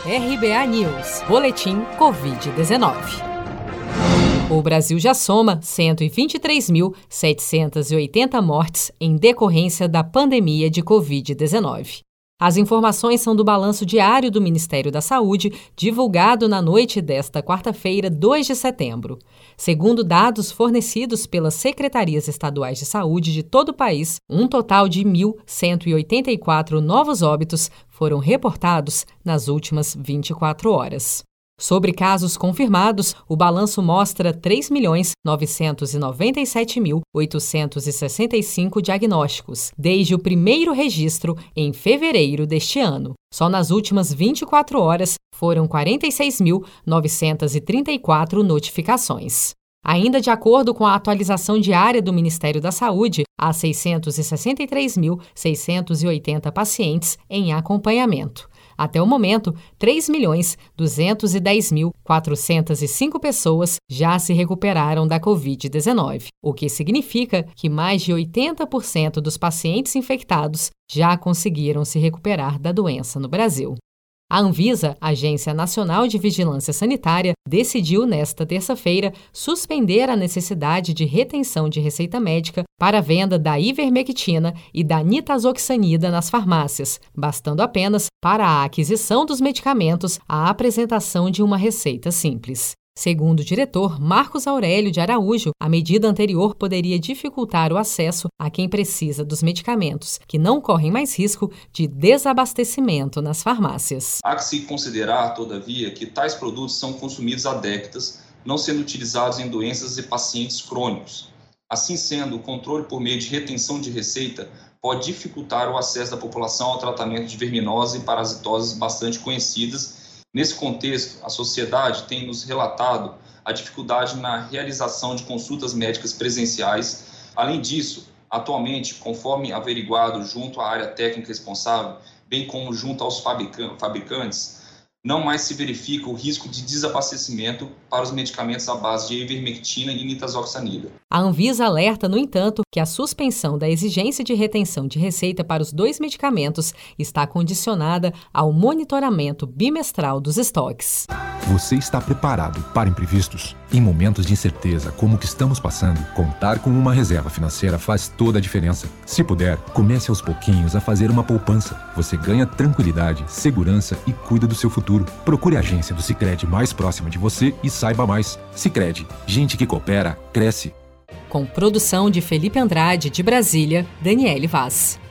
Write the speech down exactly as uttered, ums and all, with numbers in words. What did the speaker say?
R B A News, Boletim covid dezenove. O Brasil já soma cento e vinte e três mil setecentas e oitenta mortes em decorrência da pandemia de covid dezenove. As informações são do balanço diário do Ministério da Saúde, divulgado na noite desta quarta-feira, dois de setembro. Segundo dados fornecidos pelas secretarias estaduais de saúde de todo o país, um total de mil cento e oitenta e quatro novos óbitos foram reportados nas últimas vinte e quatro horas. Sobre casos confirmados, o balanço mostra três milhões novecentos e noventa e sete mil oitocentos e sessenta e cinco diagnósticos, desde o primeiro registro em fevereiro deste ano. Só nas últimas vinte e quatro horas foram quarenta e seis mil novecentos e trinta e quatro notificações. Ainda de acordo com a atualização diária do Ministério da Saúde, há seiscentos e sessenta e três mil seiscentos e oitenta pacientes em acompanhamento. Até o momento, três milhões duzentos e dez mil quatrocentas e cinco pessoas já se recuperaram da covid dezenove, o que significa que mais de oitenta por cento dos pacientes infectados já conseguiram se recuperar da doença no Brasil. A Anvisa, Agência Nacional de Vigilância Sanitária, decidiu nesta terça-feira suspender a necessidade de retenção de receita médica para a venda da ivermectina e da nitazoxanida nas farmácias, bastando apenas para a aquisição dos medicamentos a apresentação de uma receita simples. Segundo o diretor Marcos Aurélio de Araújo, a medida anterior poderia dificultar o acesso a quem precisa dos medicamentos, que não correm mais risco de desabastecimento nas farmácias. Há que se considerar, todavia, que tais produtos são consumidos há décadas, não sendo utilizados em doenças e pacientes crônicos. Assim sendo, o controle por meio de retenção de receita pode dificultar o acesso da população ao tratamento de verminoses e parasitoses bastante conhecidas. Nesse contexto, a sociedade tem nos relatado a dificuldade na realização de consultas médicas presenciais. Além disso, atualmente, conforme averiguado junto à área técnica responsável, bem como junto aos fabricantes, não mais se verifica o risco de desabastecimento para os medicamentos à base de ivermectina e nitazoxanida. A Anvisa alerta, no entanto, que a suspensão da exigência de retenção de receita para os dois medicamentos está condicionada ao monitoramento bimestral dos estoques. Você está preparado para imprevistos? Em momentos de incerteza como o que estamos passando, contar com uma reserva financeira faz toda a diferença. Se puder, comece aos pouquinhos a fazer uma poupança. Você ganha tranquilidade, segurança e cuida do seu futuro. Procure a agência do Sicredi mais próxima de você e saiba mais. Sicredi, gente que coopera, cresce. Com produção de Felipe Andrade, de Brasília, Daniele Vaz.